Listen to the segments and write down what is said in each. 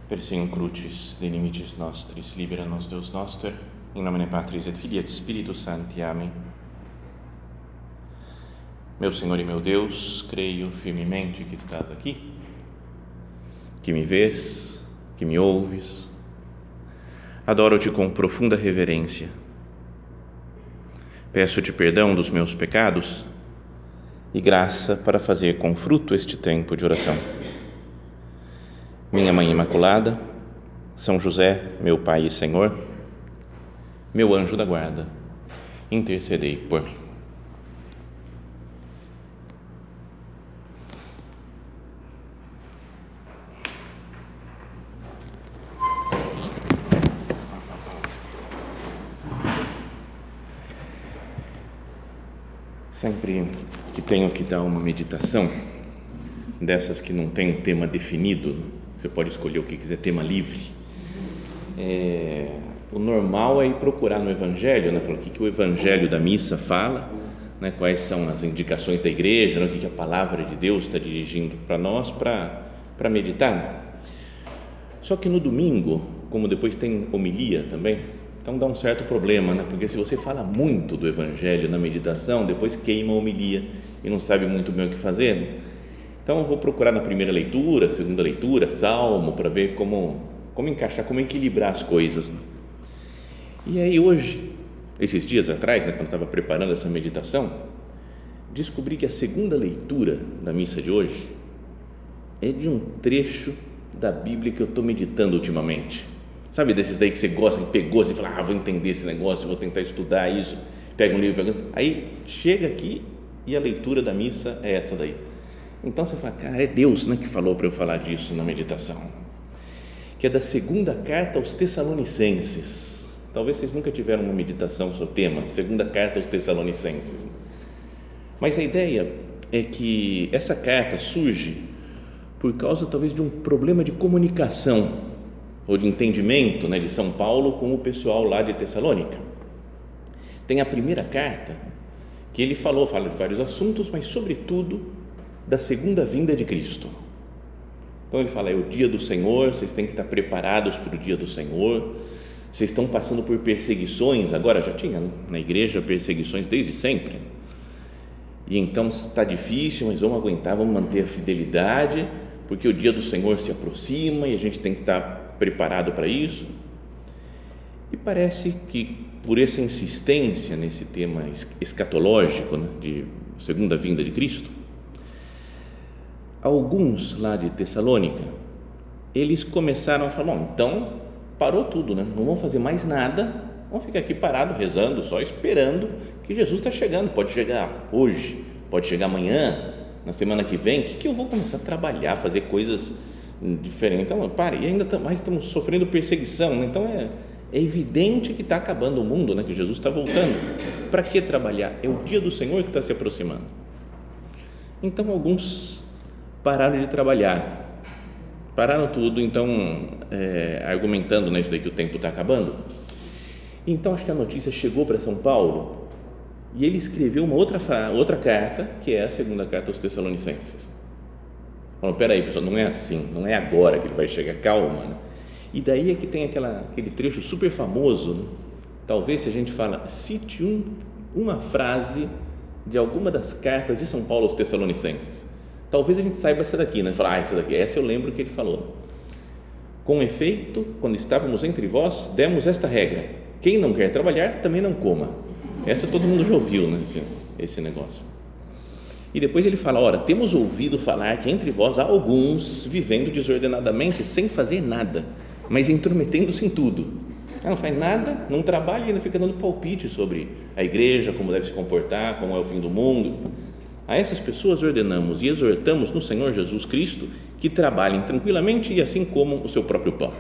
Persium crucis de limites nostris, libera nos Deus noster, in nomine Patris et Filii et Spiritus Sancti. Amém. Meu Senhor e meu Deus, creio firmemente que estás aqui, que me vês, que me ouves. Adoro-te com profunda reverência. Peço-te perdão dos meus pecados e graça para fazer com fruto este tempo de oração. Minha Mãe Imaculada, São José, meu Pai e Senhor, meu anjo da guarda, intercedei por mim. Sempre que tenho que dar uma meditação, dessas que não tem um tema definido, você pode escolher o que quiser, tema livre, o normal é ir procurar no Evangelho, né? Falar o que o Evangelho da missa fala, né? Quais são as indicações da igreja, né? O que a palavra de Deus está dirigindo para nós para meditar. Só que no domingo, como depois tem homilia também, então dá um certo problema, né? Porque se você fala muito do Evangelho na meditação, depois queima a homilia e não sabe muito bem o que fazer, né? Então eu vou procurar na primeira leitura, segunda leitura, salmo, para ver como encaixar, como equilibrar as coisas, né? E aí hoje, esses dias atrás, né, quando eu estava preparando essa meditação, descobri que a segunda leitura da missa de hoje é de um trecho da Bíblia que eu estou meditando ultimamente. Sabe desses daí que você gosta, que pegou, você fala, vou entender esse negócio, vou tentar estudar isso, pega um livro, aí chega aqui e a leitura da missa é essa daí. Então você fala, cara, é Deus, né, que falou para eu falar disso na meditação, que é da segunda carta aos Tessalonicenses. Talvez vocês nunca tiveram uma meditação sobre o tema, segunda carta aos Tessalonicenses, mas a ideia é que essa carta surge por causa talvez de um problema de comunicação ou de entendimento, né, de São Paulo com o pessoal lá de Tessalônica. Tem a primeira carta que ele fala de vários assuntos, mas sobretudo da segunda vinda de Cristo. Então ele fala, é o dia do Senhor, vocês têm que estar preparados para o dia do Senhor, vocês estão passando por perseguições, agora já tinha, né, na igreja perseguições desde sempre, e então está difícil, mas vamos aguentar, vamos manter a fidelidade, porque o dia do Senhor se aproxima e a gente tem que estar preparado para isso. E parece que por essa insistência nesse tema escatológico, né, de segunda vinda de Cristo, alguns lá de Tessalônica, eles começaram a falar, bom, então parou tudo, né? Não vamos fazer mais nada, vamos ficar aqui parado, rezando, só esperando que Jesus está chegando, pode chegar hoje, pode chegar amanhã, na semana que vem, que eu vou começar a trabalhar, fazer coisas diferentes, então e ainda mais estamos sofrendo perseguição, né? Então é evidente que está acabando o mundo, né? Que Jesus está voltando, para que trabalhar? É o dia do Senhor que está se aproximando. Então alguns pararam de trabalhar, pararam tudo, então argumentando, né, isso daí que o tempo está acabando. Então acho que a notícia chegou para São Paulo e ele escreveu uma outra carta, que é a segunda carta aos Tessalonicenses. Falou, peraí pessoal, não é assim, não é agora que ele vai chegar, calma, né? E daí é que tem aquele trecho super famoso, né? Talvez se a gente fala, cite uma frase de alguma das cartas de São Paulo aos Tessalonicenses, talvez a gente saiba essa daqui, né? Falar, essa daqui, essa eu lembro que ele falou. Com efeito, quando estávamos entre vós, demos esta regra: quem não quer trabalhar, também não coma. Essa todo mundo já ouviu, né? Esse negócio. E depois ele fala, ora, temos ouvido falar que entre vós há alguns vivendo desordenadamente, sem fazer nada, mas intrometendo-se em tudo. Não faz nada, não trabalha e ainda fica dando palpite sobre a igreja, como deve se comportar, como é o fim do mundo. A essas pessoas ordenamos e exortamos no Senhor Jesus Cristo que trabalhem tranquilamente e assim comam o seu próprio pão.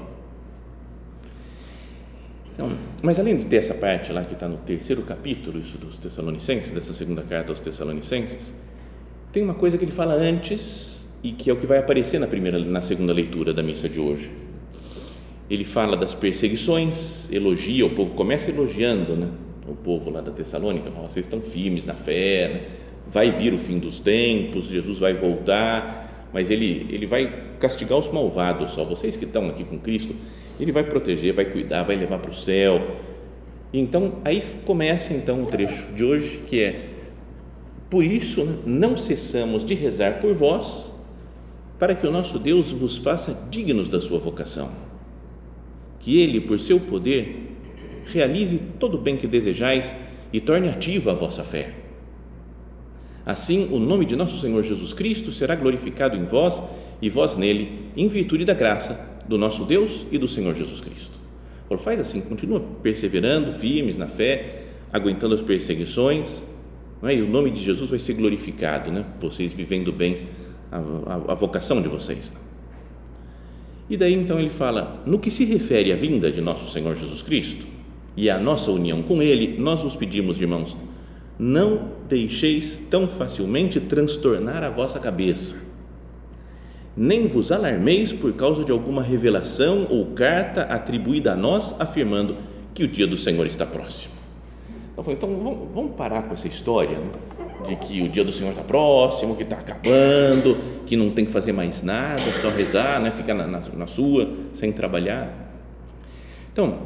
Então, mas além de ter essa parte lá que está no terceiro capítulo, isso dos Tessalonicenses, dessa segunda carta aos Tessalonicenses, tem uma coisa que ele fala antes e que é o que vai aparecer na segunda leitura da missa de hoje. Ele fala das perseguições, elogia o povo, começa elogiando, né, o povo lá da Tessalônica, vocês estão firmes na fé, né? Vai vir o fim dos tempos, Jesus vai voltar, mas ele vai castigar os malvados só. Vocês que estão aqui com Cristo, ele vai proteger, vai cuidar, vai levar para o céu. Então, aí começa então o trecho de hoje, que é: por isso não cessamos de rezar por vós, para que o nosso Deus vos faça dignos da sua vocação, que Ele, por seu poder, realize todo o bem que desejais e torne ativa a vossa fé. Assim, o nome de nosso Senhor Jesus Cristo será glorificado em vós e vós nele, em virtude da graça do nosso Deus e do Senhor Jesus Cristo. Paulo faz assim, continua perseverando, firmes na fé, aguentando as perseguições, não é? E o nome de Jesus vai ser glorificado, né? Vocês vivendo bem a vocação de vocês. E daí então ele fala: no que se refere à vinda de nosso Senhor Jesus Cristo e à nossa união com Ele, nós vos pedimos, irmãos, não deixeis tão facilmente transtornar a vossa cabeça, nem vos alarmeis por causa de alguma revelação ou carta atribuída a nós, afirmando que o dia do Senhor está próximo. Então vamos parar com essa história, né, de que o dia do Senhor está próximo, que está acabando, que não tem que fazer mais nada, só rezar, né, ficar na sua, sem trabalhar. Então,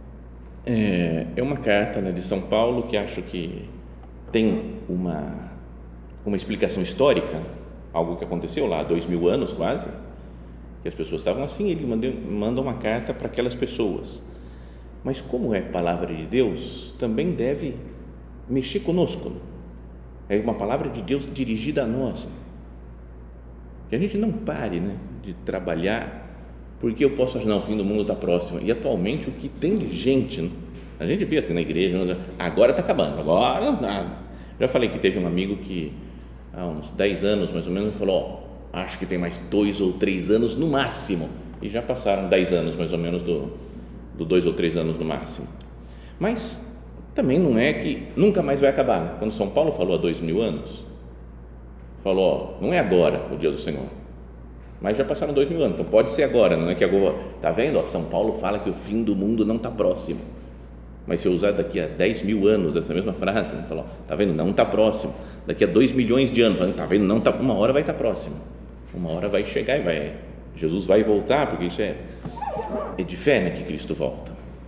é uma carta, né, de São Paulo, que acho que tem uma explicação histórica, algo que aconteceu lá há 2000 anos quase, que as pessoas estavam assim. Ele manda uma carta para aquelas pessoas, mas como é palavra de Deus, também deve mexer conosco. É uma palavra de Deus dirigida a nós, que a gente não pare, né, de trabalhar, porque eu posso achar, não, o fim do mundo está próximo. E atualmente o que tem de gente, né? A gente vê assim na igreja, agora está acabando, agora não dá. Já falei que teve um amigo que há uns 10 anos mais ou menos falou: acho que tem mais 2 ou 3 anos no máximo, e já passaram 10 anos mais ou menos do 2 ou 3 anos no máximo. Mas também não é que nunca mais vai acabar, né? Quando São Paulo falou há 2000 anos, falou: não é agora o dia do Senhor, mas já passaram 2000 anos, então pode ser agora, não é que agora, está vendo? São Paulo fala que o fim do mundo não está próximo, mas se eu usar daqui a 10.000 anos essa mesma frase, né, falou: está vendo? Não está próximo. Daqui a 2 milhões de anos, está vendo? Não está, uma hora vai estar próximo, uma hora vai chegar e Jesus vai voltar, porque isso é de fé, né, que Cristo volta.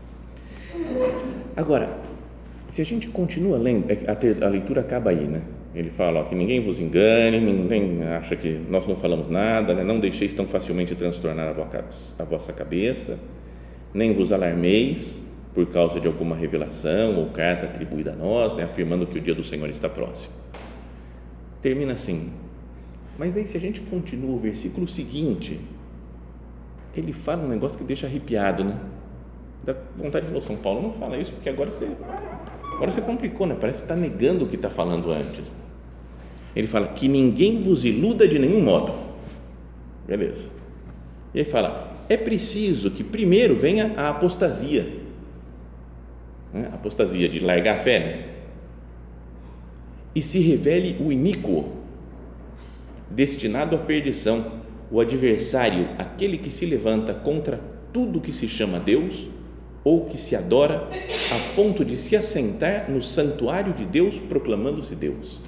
Agora, se a gente continua lendo, a leitura acaba aí, né? Ele fala, que ninguém vos engane, ninguém acha que nós não falamos nada, né? Não deixeis tão facilmente transtornar a vossa cabeça, nem vos alarmeis por causa de alguma revelação ou carta atribuída a nós, né, afirmando que o dia do Senhor está próximo. Termina assim, mas aí se a gente continua o versículo seguinte, ele fala um negócio que deixa arrepiado, né? Dá vontade de falar: São Paulo não fala isso, porque agora você complicou, né? Parece que está negando o que está falando antes. Ele fala que ninguém vos iluda de nenhum modo. Beleza. E aí fala: é preciso que primeiro venha a apostasia, né? Apostasia de largar a fé, né? E se revele o iníquo, destinado à perdição, o adversário, aquele que se levanta contra tudo que se chama Deus ou que se adora, a ponto de se assentar no santuário de Deus, proclamando-se Deus.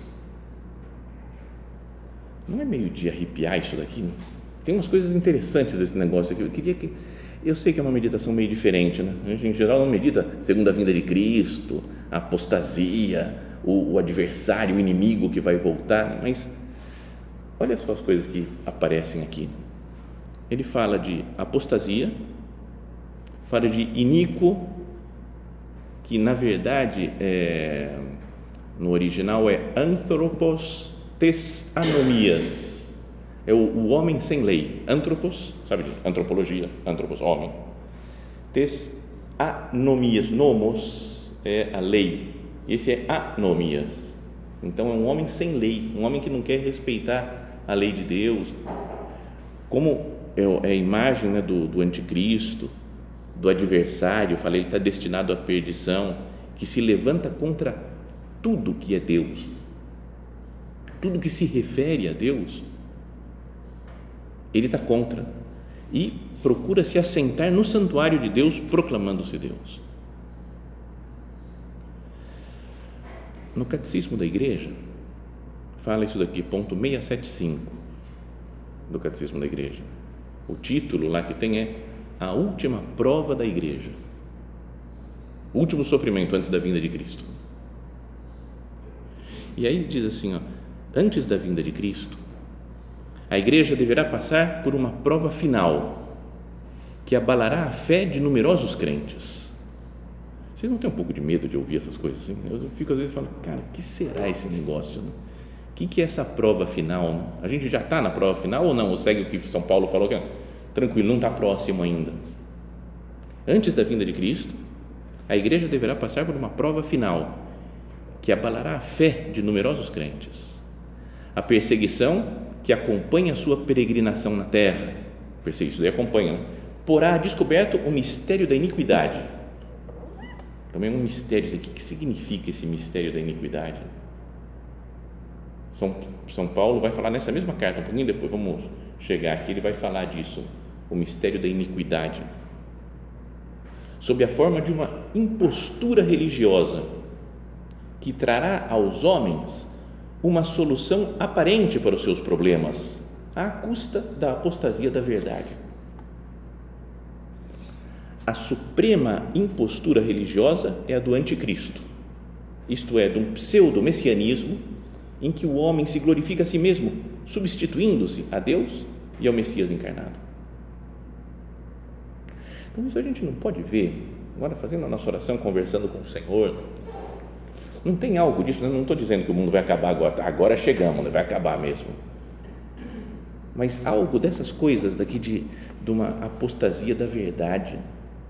Não é meio de arrepiar isso daqui? Né? Tem umas coisas interessantes desse negócio aqui. Eu sei que é uma meditação meio diferente, né? A gente, em geral, não medita segunda vinda de Cristo, a apostasia, o adversário, o inimigo que vai voltar, mas olha só as coisas que aparecem aqui. Ele fala de apostasia, fala de iníquo, que na verdade no original é anthropos tes anomias, é o homem sem lei. Anthropos, sabe de antropologia, anthropos, homem, tes anomias, nomos é a lei, esse é anomias. Então é um homem sem lei, um homem que não quer respeitar a lei de Deus, como é a imagem, né, do anticristo, do adversário. Eu falei, ele está destinado à perdição, que se levanta contra tudo que é Deus, tudo que se refere a Deus, ele está contra e procura se assentar no santuário de Deus, proclamando-se Deus. No Catecismo da Igreja fala isso daqui, ponto 675, do Catecismo da Igreja. O título lá que tem é A Última Prova da Igreja. O último sofrimento antes da vinda de Cristo. E aí diz assim, ó, antes da vinda de Cristo, a Igreja deverá passar por uma prova final que abalará a fé de numerosos crentes. Vocês não têm um pouco de medo de ouvir essas coisas assim? Eu fico às vezes falando, cara, o que será esse negócio? Né? O que é essa prova final? Né? A gente já está na prova final ou não? Ou segue o que São Paulo falou, que é, tranquilo, não está próximo ainda. Antes da vinda de Cristo, a Igreja deverá passar por uma prova final que abalará a fé de numerosos crentes. A perseguição que acompanha a sua peregrinação na terra, perseguição daí acompanha, né? Porá descoberto o mistério da iniquidade. Também é um mistério. O que significa esse mistério da iniquidade? São Paulo vai falar nessa mesma carta, um pouquinho depois, vamos chegar aqui, ele vai falar disso, o mistério da iniquidade, sob a forma de uma impostura religiosa que trará aos homens uma solução aparente para os seus problemas, à custa da apostasia da verdade. A suprema impostura religiosa é a do anticristo, isto é, de um pseudo-messianismo em que o homem se glorifica a si mesmo, substituindo-se a Deus e ao Messias encarnado. Então isso a gente não pode ver, agora fazendo a nossa oração, conversando com o Senhor, não tem algo disso, né? Não estou dizendo que o mundo vai acabar agora chegamos, vai acabar mesmo, mas algo dessas coisas daqui de uma apostasia da verdade.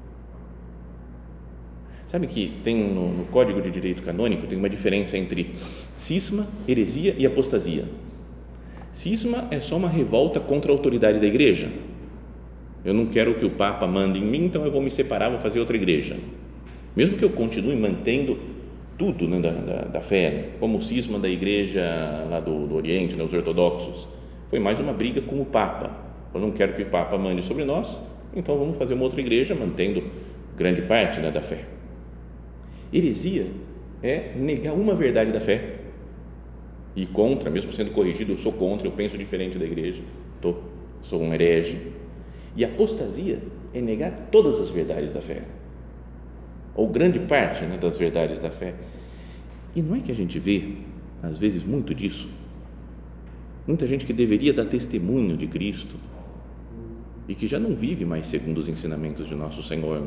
Sabe que tem no Código de Direito Canônico tem uma diferença entre cisma, heresia e apostasia. Cisma é só uma revolta contra a autoridade da igreja. Eu não quero que o Papa mande em mim, então eu vou me separar, vou fazer outra igreja. Mesmo que eu continue mantendo tudo, né, da fé, né? Como o cisma da igreja lá do Oriente, né, os ortodoxos, foi mais uma briga com o Papa. Eu não quero que o Papa mande sobre nós, então vamos fazer uma outra igreja mantendo grande parte, né, da fé. Heresia é negar uma verdade da fé e contra, mesmo sendo corrigido, eu sou contra, eu penso diferente da igreja, sou um herege. E apostasia é negar todas as verdades da fé, ou grande parte, né, das verdades da fé. E não é que a gente vê, às vezes, muito disso? Muita gente que deveria dar testemunho de Cristo e que já não vive mais segundo os ensinamentos de nosso Senhor.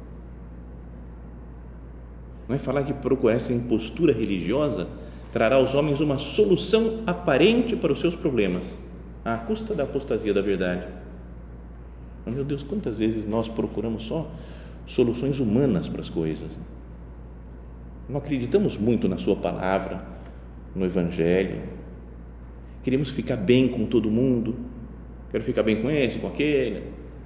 Não é falar que procurar essa impostura religiosa trará aos homens uma solução aparente para os seus problemas, à custa da apostasia da verdade. Mas, meu Deus, quantas vezes nós procuramos só soluções humanas para as coisas? Não acreditamos muito na sua palavra, no Evangelho. Queremos ficar bem com todo mundo, quero ficar bem com esse, com aquele.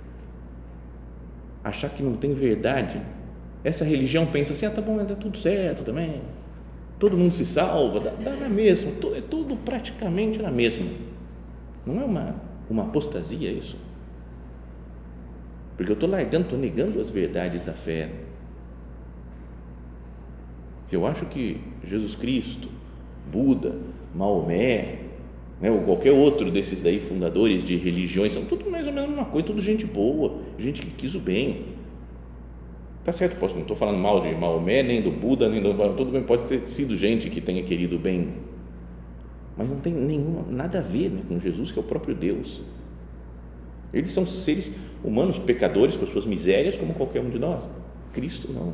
Achar que não tem verdade. Essa religião pensa assim, tá bom, dá tudo certo também, todo mundo se salva, dá na mesma, é tudo praticamente na mesma. Não é uma apostasia isso? Porque eu estou largando, estou negando as verdades da fé. Se eu acho que Jesus Cristo, Buda, Maomé, né, ou qualquer outro desses daí fundadores de religiões, são tudo mais ou menos uma coisa, tudo gente boa, gente que quis o bem. Tá certo, não estou falando mal de Maomé, nem do Buda, nem do, tudo bem, pode ter sido gente que tenha querido bem, mas não tem nada a ver, né, com Jesus, que é o próprio Deus. Eles são seres humanos, pecadores, com as suas misérias, como qualquer um de nós. Cristo não.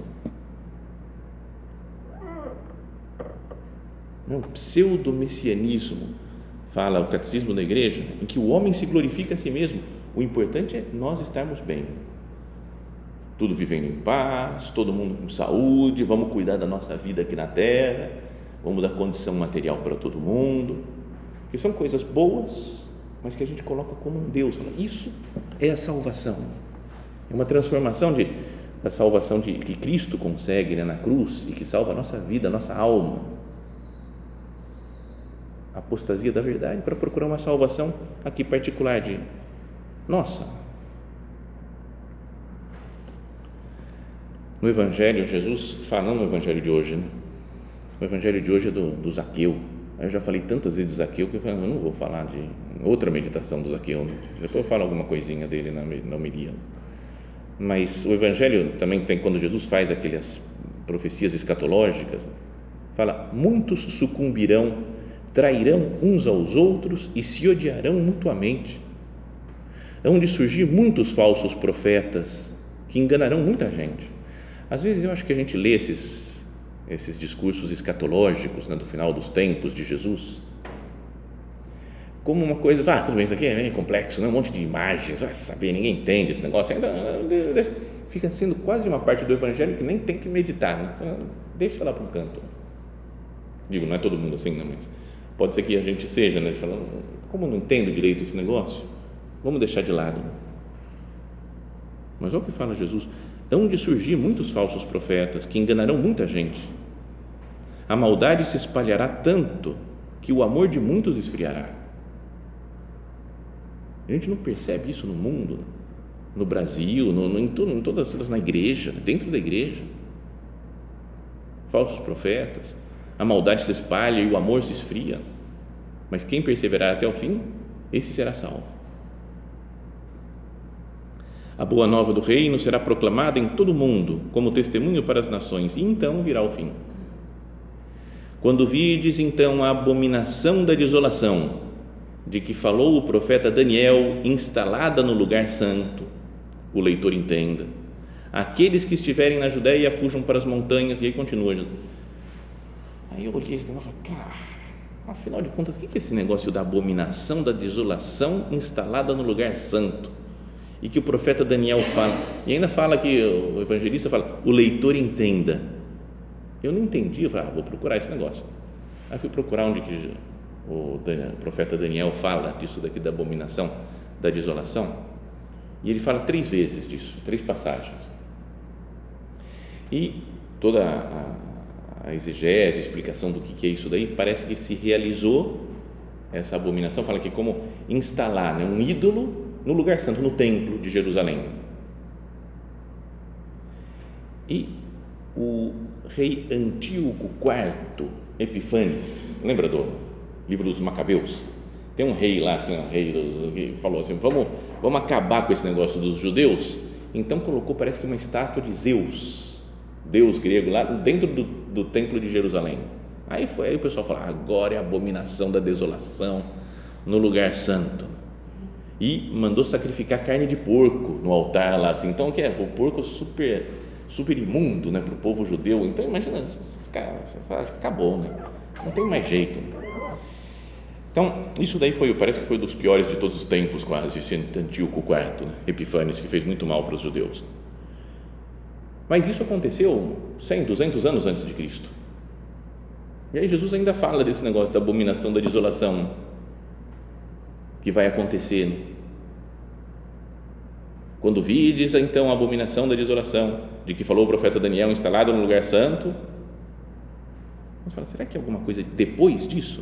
Não, pseudo-messianismo, fala o Catecismo da Igreja, em que o homem se glorifica a si mesmo. O importante é nós estarmos bem. Tudo vivendo em paz, todo mundo com saúde, vamos cuidar da nossa vida aqui na terra, vamos dar condição material para todo mundo, que são coisas boas, mas que a gente coloca como um Deus. Isso é a salvação, é uma transformação da salvação que Cristo consegue, né, na cruz, e que salva a nossa vida, a nossa alma. A apostasia da verdade para procurar uma salvação aqui particular de nossa. No Evangelho, Jesus falando no Evangelho de hoje, né? O Evangelho de hoje é do Zaqueu, Eu já falei tantas vezes de Zaqueu que eu falei, eu não vou falar de outra meditação do Zaqueu, né? Depois eu falo alguma coisinha dele na homilia. Mas o Evangelho também tem, quando Jesus faz aquelas profecias escatológicas, fala, muitos sucumbirão, trairão uns aos outros e se odiarão mutuamente. Hão de surgir muitos falsos profetas que enganarão muita gente. Às vezes eu acho que a gente lê esses discursos escatológicos, né, do final dos tempos de Jesus, como uma coisa, tudo bem, isso aqui é meio complexo, né? Um monte de imagens, vai saber, ninguém entende esse negócio, ainda fica sendo quase uma parte do Evangelho que nem tem que meditar, né? Deixa lá para um canto. Digo, não é todo mundo assim, né? Mas pode ser que a gente seja, né? Falando, como eu não entendo direito esse negócio, vamos deixar de lado. Mas olha o que fala Jesus, hão de surgir muitos falsos profetas que enganarão muita gente. A maldade se espalhará tanto que o amor de muitos esfriará. A gente não percebe isso no mundo, no Brasil, em todas, na igreja, dentro da igreja. Falsos profetas, a maldade se espalha e o amor se esfria, mas quem perseverar até o fim, esse será salvo. A boa nova do reino será proclamada em todo o mundo como testemunho para as nações, e então virá o fim. Quando vides então a abominação da desolação, de que falou o profeta Daniel, instalada no lugar santo, o leitor entenda. Aqueles que estiverem na Judéia fujam para as montanhas, e aí continua. Aí eu olhei esse negócio e falei, cara, afinal de contas, o que é esse negócio da abominação da desolação instalada no lugar santo? E que o profeta Daniel fala, e ainda fala que o evangelista fala, o leitor entenda. Eu não entendi, eu falei, vou procurar esse negócio. Aí fui procurar onde que o profeta Daniel fala disso daqui, da abominação, da desolação, e ele fala 3 vezes disso, 3 passagens. E toda a exegese, a explicação do que é isso daí, parece que se realizou essa abominação, fala que como instalar, né, um ídolo no lugar santo, no templo de Jerusalém. E o rei Antíoco IV Epifanes, lembra do livro dos Macabeus? Tem um rei lá, assim, um rei que falou assim, vamos acabar com esse negócio dos judeus. Então colocou, parece que uma estátua de Zeus, deus grego, lá dentro do templo de Jerusalém. Aí o pessoal falou, agora é a abominação da desolação no lugar santo. E mandou sacrificar carne de porco no altar lá, assim. Então, o porco super imundo, né, para o povo judeu. Então, imagina, acabou, né? Não tem mais jeito. Então, isso daí parece que foi dos piores de todos os tempos, quase, esse Antíoco IV, né? Epifanes, que fez muito mal para os judeus. Mas isso aconteceu 100, 200 anos antes de Cristo. E aí Jesus ainda fala desse negócio da abominação da desolação que vai acontecer. Quando vides, então, a abominação da desolação, de que falou o profeta Daniel, instalado no lugar santo, vamos falar, será que é alguma coisa depois disso?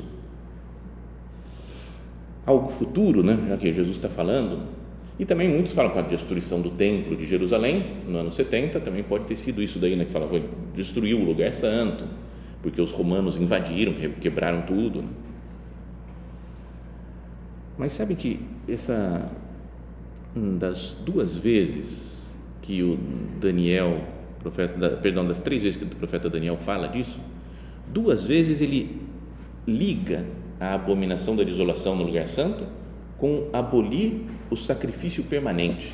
Algo futuro, né? Já que Jesus está falando. E também muitos falam com a destruição do templo de Jerusalém no ano 70, também pode ter sido isso daí, né? Que fala, destruiu o lugar santo, porque os romanos invadiram, quebraram tudo. Mas sabe que das 2 vezes que o Daniel, das 3 vezes que o profeta Daniel fala disso, 2 vezes ele liga a abominação da desolação no lugar santo com abolir o sacrifício permanente.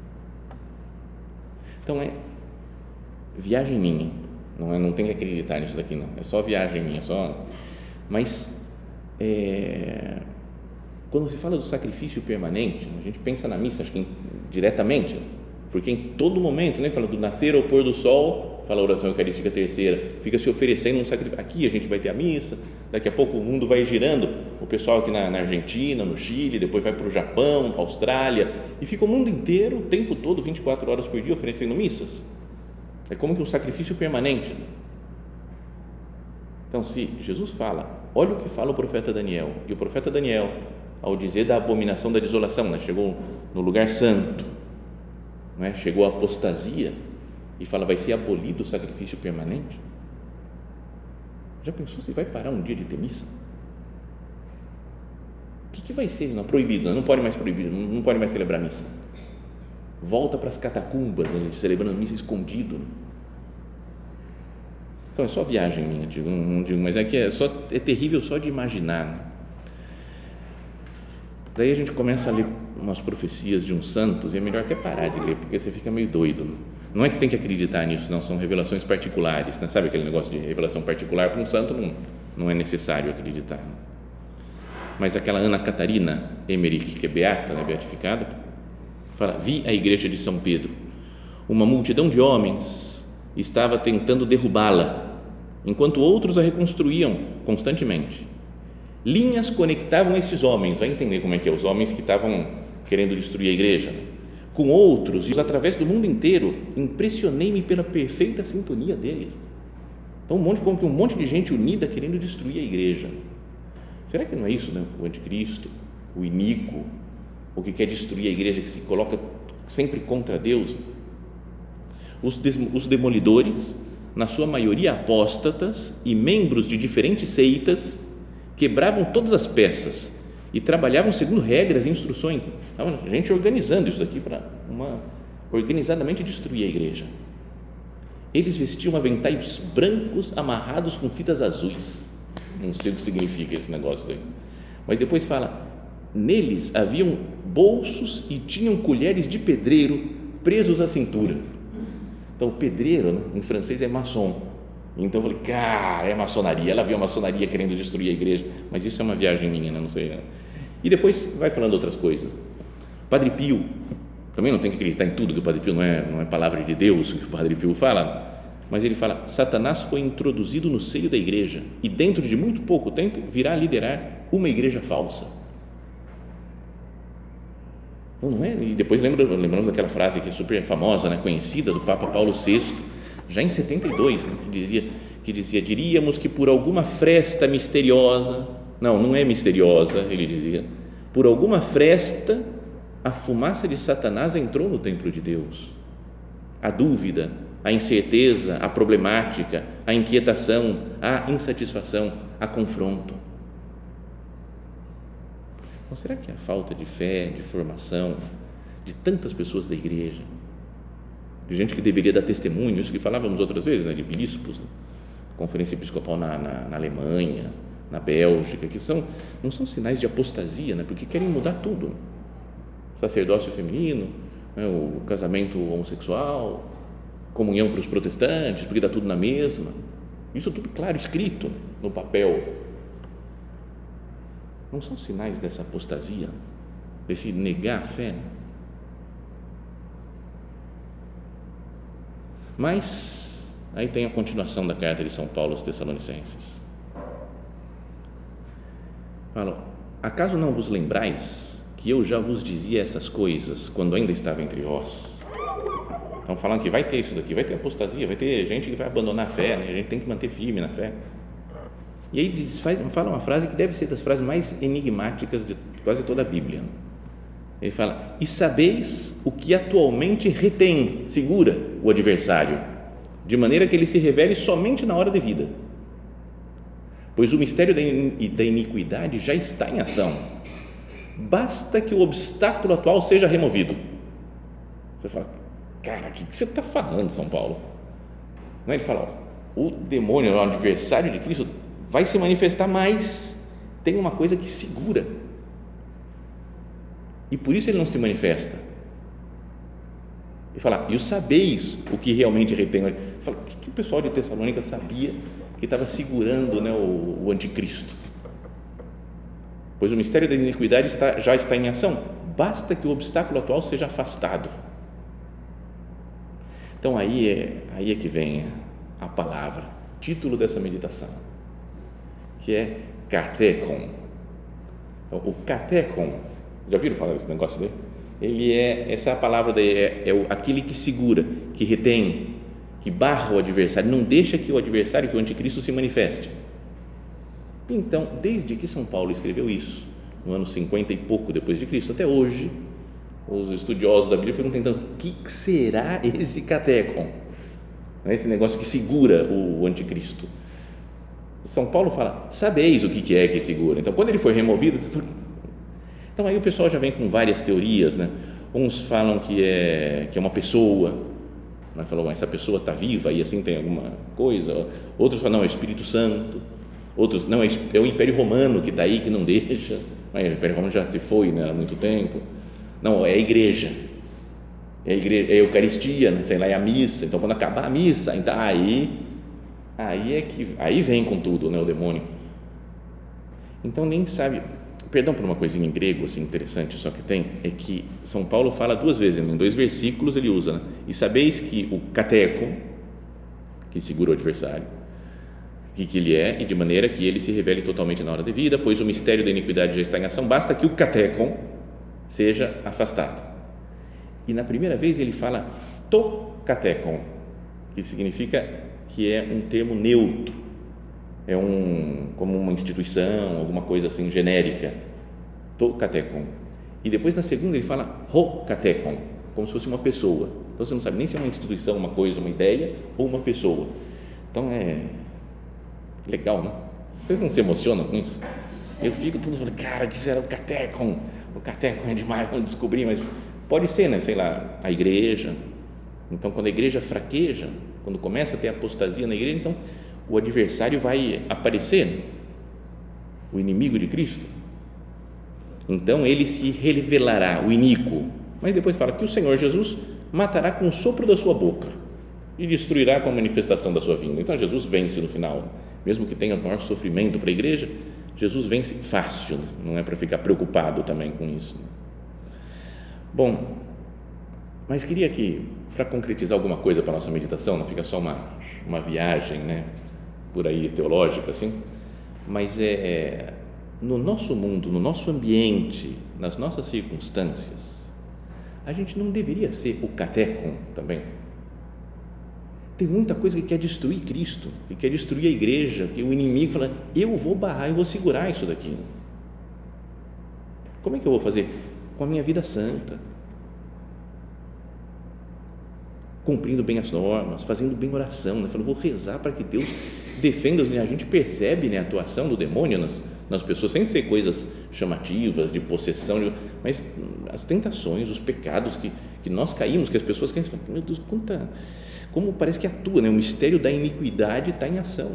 Então é viagem minha, não tem que acreditar nisso daqui, não, é só viagem minha, mas quando se fala do sacrifício permanente, a gente pensa na missa, acho que diretamente, porque em todo momento, né, fala do nascer ao pôr do sol, fala a oração eucarística terceira, fica se oferecendo um sacrifício. Aqui a gente vai ter a missa, daqui a pouco o mundo vai girando, o pessoal aqui na Argentina, no Chile, depois vai para o Japão, para a Austrália, e fica o mundo inteiro, o tempo todo, 24 horas por dia, oferecendo missas. É como que um sacrifício permanente. Então, se Jesus fala, olha o que fala o profeta Daniel, e o profeta Daniel, ao dizer da abominação da desolação, né, chegou no lugar santo, não é? Chegou a apostasia, e fala, vai ser abolido o sacrifício permanente. Já pensou se vai parar um dia de ter missa? O que vai ser? Não, proibido, não pode mais proibir, não pode mais celebrar missa. Volta para as catacumbas, celebrando missa escondido. Então é só viagem minha, não digo, mas é terrível só de imaginar. Daí a gente começa a ler umas profecias de uns santos e é melhor até parar de ler, porque você fica meio doido. Não é que tem que acreditar nisso, não, são revelações particulares, né? Sabe aquele negócio de revelação particular para um santo? Não é necessário acreditar. Mas aquela Ana Catarina Emmerich, que é beata, né, beatificada, fala: vi a igreja de São Pedro, uma multidão de homens estava tentando derrubá-la, enquanto outros a reconstruíam constantemente. Linhas conectavam esses homens, vai entender como é que é, os homens que estavam querendo destruir a igreja, né? Com outros, e através do mundo inteiro, impressionei-me pela perfeita sintonia deles. Então, um monte de gente unida querendo destruir a igreja. Será que não é isso, né? O anticristo, o iníquo, o que quer destruir a igreja, que se coloca sempre contra Deus? Os demolidores, na sua maioria apóstatas e membros de diferentes seitas, quebravam todas as peças e trabalhavam segundo regras e instruções. A gente organizando isso daqui para organizadamente destruir a igreja. Eles vestiam aventais brancos amarrados com fitas azuis. Não sei o que significa esse negócio daí. Mas depois fala: neles haviam bolsos e tinham colheres de pedreiro presos à cintura. Então, o pedreiro, né, em francês é maçom. Então eu falei: cara, é maçonaria. Ela viu a maçonaria querendo destruir a igreja. Mas isso é uma viagem minha, né? Não sei. E depois vai falando outras coisas. Padre Pio, também não tem que acreditar em tudo que o Padre Pio não é palavra de Deus, que o Padre Pio fala, mas ele fala: Satanás foi introduzido no seio da igreja e dentro de muito pouco tempo virá a liderar uma igreja falsa. Não é? E depois lembramos daquela frase que é super famosa, né, conhecida, do Papa Paulo VI, já em 72, né, que dizia: diríamos que por alguma fresta misteriosa, não é misteriosa, ele dizia, por alguma fresta a fumaça de Satanás entrou no templo de Deus. A dúvida, a incerteza, a problemática, a inquietação, a insatisfação, a confronto. Então, será que a falta de fé, de formação de tantas pessoas da igreja, de gente que deveria dar testemunho, isso que falávamos outras vezes, né, de bispos, né, conferência episcopal na Alemanha, na Bélgica, que não são sinais de apostasia, né, porque querem mudar tudo, sacerdócio feminino, né, o casamento homossexual, comunhão para os protestantes, porque dá tudo na mesma, isso tudo claro, escrito no papel. Não são sinais dessa apostasia, desse negar a fé? Mas aí tem a continuação da carta de São Paulo aos Tessalonicenses. Fala: acaso não vos lembrais que eu já vos dizia essas coisas quando ainda estava entre vós? Estão falando que vai ter isso daqui, vai ter apostasia, vai ter gente que vai abandonar a fé, né? A gente tem que manter firme na fé. E aí fala uma frase que deve ser das frases mais enigmáticas de quase toda a Bíblia. Ele fala: e sabeis o que atualmente retém, segura o adversário, de maneira que ele se revele somente na hora devida. Pois o mistério da iniquidade já está em ação. Basta que o obstáculo atual seja removido. Você fala: cara, o que você está falando, São Paulo? Não, ele fala: ó, o demônio, o adversário de Cristo, vai se manifestar, mas tem uma coisa que segura, e por isso ele não se manifesta. E fala: e sabeis o que realmente retém. Fala: o que o pessoal de Tessalônica sabia que estava segurando, né, o anticristo? Pois o mistério da iniquidade já está em ação, basta que o obstáculo atual seja afastado. Então aí é que vem a palavra, título dessa meditação, que é katekon. Então, o katekon, já ouviram falar desse negócio daí? Ele essa palavra daí aquele que segura, que retém, que barra o adversário, não deixa que o adversário, que o anticristo se manifeste. Então, desde que São Paulo escreveu isso, no ano 50 e pouco depois de Cristo, até hoje, os estudiosos da Bíblia ficam tentando: o que será esse katekon? Esse negócio que segura o anticristo. São Paulo fala: sabeis o que é que segura. Então, quando ele foi removido, Então aí o pessoal já vem com várias teorias, né? Uns falam que é uma pessoa, né? Falam, mas essa pessoa está viva e assim tem alguma coisa. Outros falam, não, é o Espírito Santo. Outros, não, é o Império Romano que está aí, que não deixa. Mas o Império Romano já se foi, né, há muito tempo. Não, é a igreja. É a Eucaristia, né? Sei lá, é a missa. Então quando acabar a missa, então, aí vem com tudo, né, o demônio. Então nem sabe, perdão por uma coisinha em grego assim interessante, só que tem, é que São Paulo fala 2 vezes, em 2 versículos ele usa, né? E sabeis que o cateco, que segura o adversário, que ele é, e de maneira que ele se revele totalmente na hora devida, pois o mistério da iniquidade já está em ação, basta que o catecon seja afastado. E na primeira vez ele fala to catecon, que significa que é um termo neutro, é como uma instituição, alguma coisa assim genérica, to catecon. E depois na segunda ele fala ho catecon, como se fosse uma pessoa. Então você não sabe nem se é uma instituição, uma coisa, uma ideia ou uma pessoa. Então é legal, né? Vocês não se emocionam com isso? Eu fico tudo falando, cara, que será o catecon? O catecon é demais, vamos descobrir, mas pode ser, né? Sei lá, a igreja. Então, quando a igreja fraqueja, quando começa a ter apostasia na igreja, então o adversário vai aparecer, o inimigo de Cristo. Então, ele se revelará, o iníquo. Mas depois fala que o Senhor Jesus matará com o sopro da sua boca e destruirá com a manifestação da sua vinda. Então, Jesus vence no final. Mesmo que tenha o maior sofrimento para a igreja, Jesus vence fácil, não é para ficar preocupado também com isso. Bom, mas queria que, para concretizar alguma coisa para a nossa meditação, não fica só uma viagem, né, por aí teológica assim, mas no nosso mundo, no nosso ambiente, nas nossas circunstâncias, a gente não deveria ser o catecon também? Tem muita coisa que quer destruir Cristo, que quer destruir a igreja, que o inimigo fala, eu vou barrar, eu vou segurar isso daqui. Como é que eu vou fazer? Com a minha vida santa, cumprindo bem as normas, fazendo bem oração, né? Falando, vou rezar para que Deus defenda. A gente percebe, né, a atuação do demônio nas pessoas, sem ser coisas chamativas, de possessão, mas as tentações, os pecados que nós caímos, que as pessoas caem, falam, meu Deus, como parece que atua, né? O mistério da iniquidade está em ação.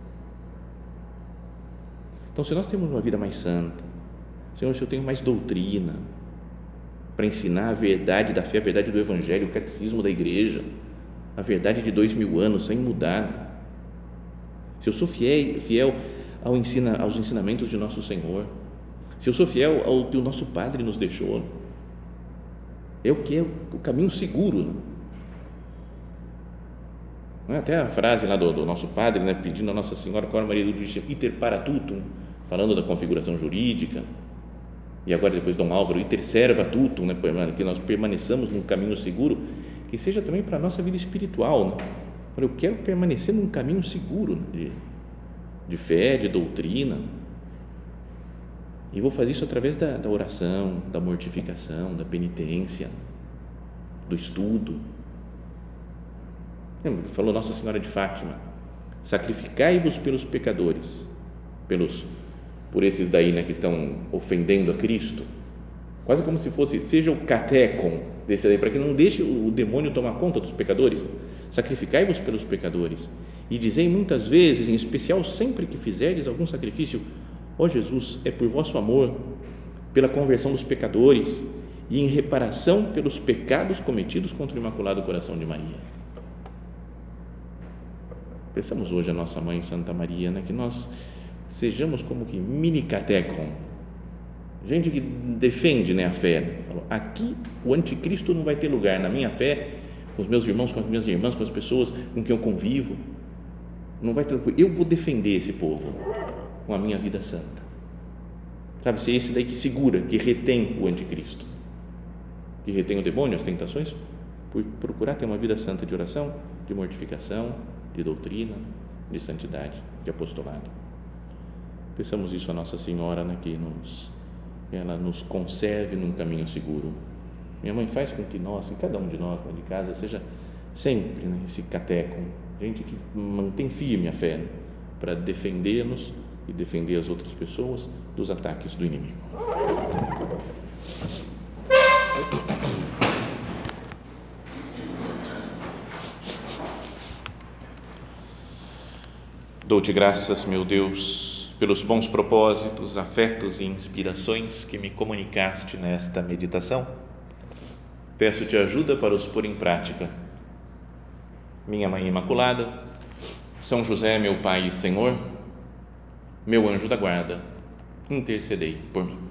Então, se nós temos uma vida mais santa, Senhor, se eu tenho mais doutrina para ensinar a verdade da fé, a verdade do Evangelho, o catecismo da igreja, a verdade de 2000 anos sem mudar, se eu sou fiel aos ensinamentos de nosso Senhor, se eu sou fiel ao que o nosso Padre nos deixou, é o que é o caminho seguro, né? Não é até a frase lá do nosso Padre, né, pedindo a Nossa Senhora, Cor Maria do iter para tutum, falando da configuração jurídica, e agora depois Dom Álvaro, iter serva tutum, né, que nós permaneçamos num caminho seguro, que seja também para a nossa vida espiritual, né? Eu quero permanecer num caminho seguro, né, de fé, de doutrina, e vou fazer isso através da oração, da mortificação, da penitência, do estudo. Falou Nossa Senhora de Fátima, sacrificai-vos pelos pecadores, por esses daí, né, que estão ofendendo a Cristo, quase como se fosse, seja o catecon desse daí, para que não deixe o demônio tomar conta dos pecadores. Sacrificai-vos pelos pecadores e dizei muitas vezes, em especial sempre que fizerdes algum sacrifício, ó Jesus, é por vosso amor, pela conversão dos pecadores e em reparação pelos pecados cometidos contra o Imaculado Coração de Maria. Pensamos hoje a nossa Mãe Santa Maria, né, que nós sejamos como que mini catecon, gente que defende, né, a fé. Aqui o anticristo não vai ter lugar na minha fé, com os meus irmãos, com as minhas irmãs, com as pessoas com quem eu convivo, não vai ter. Eu vou defender esse povo com a minha vida santa, sabe, ser esse daí que segura, que retém o anticristo, que retém o demônio, as tentações, por procurar ter uma vida santa de oração, de mortificação, de doutrina, de santidade, de apostolado. Peçamos isso a Nossa Senhora, né, que ela nos conserve num caminho seguro. Minha mãe, faz com que nós, cada um de nós, né, de casa, seja sempre, né, esse catecon, gente que mantém firme a fé, né, para defender-nos e defender as outras pessoas dos ataques do inimigo. Dou-te graças, meu Deus, pelos bons propósitos, afetos e inspirações que me comunicaste nesta meditação. Peço-te ajuda para os pôr em prática. Minha Mãe Imaculada, São José, meu Pai e Senhor, meu anjo da guarda, intercedei por mim.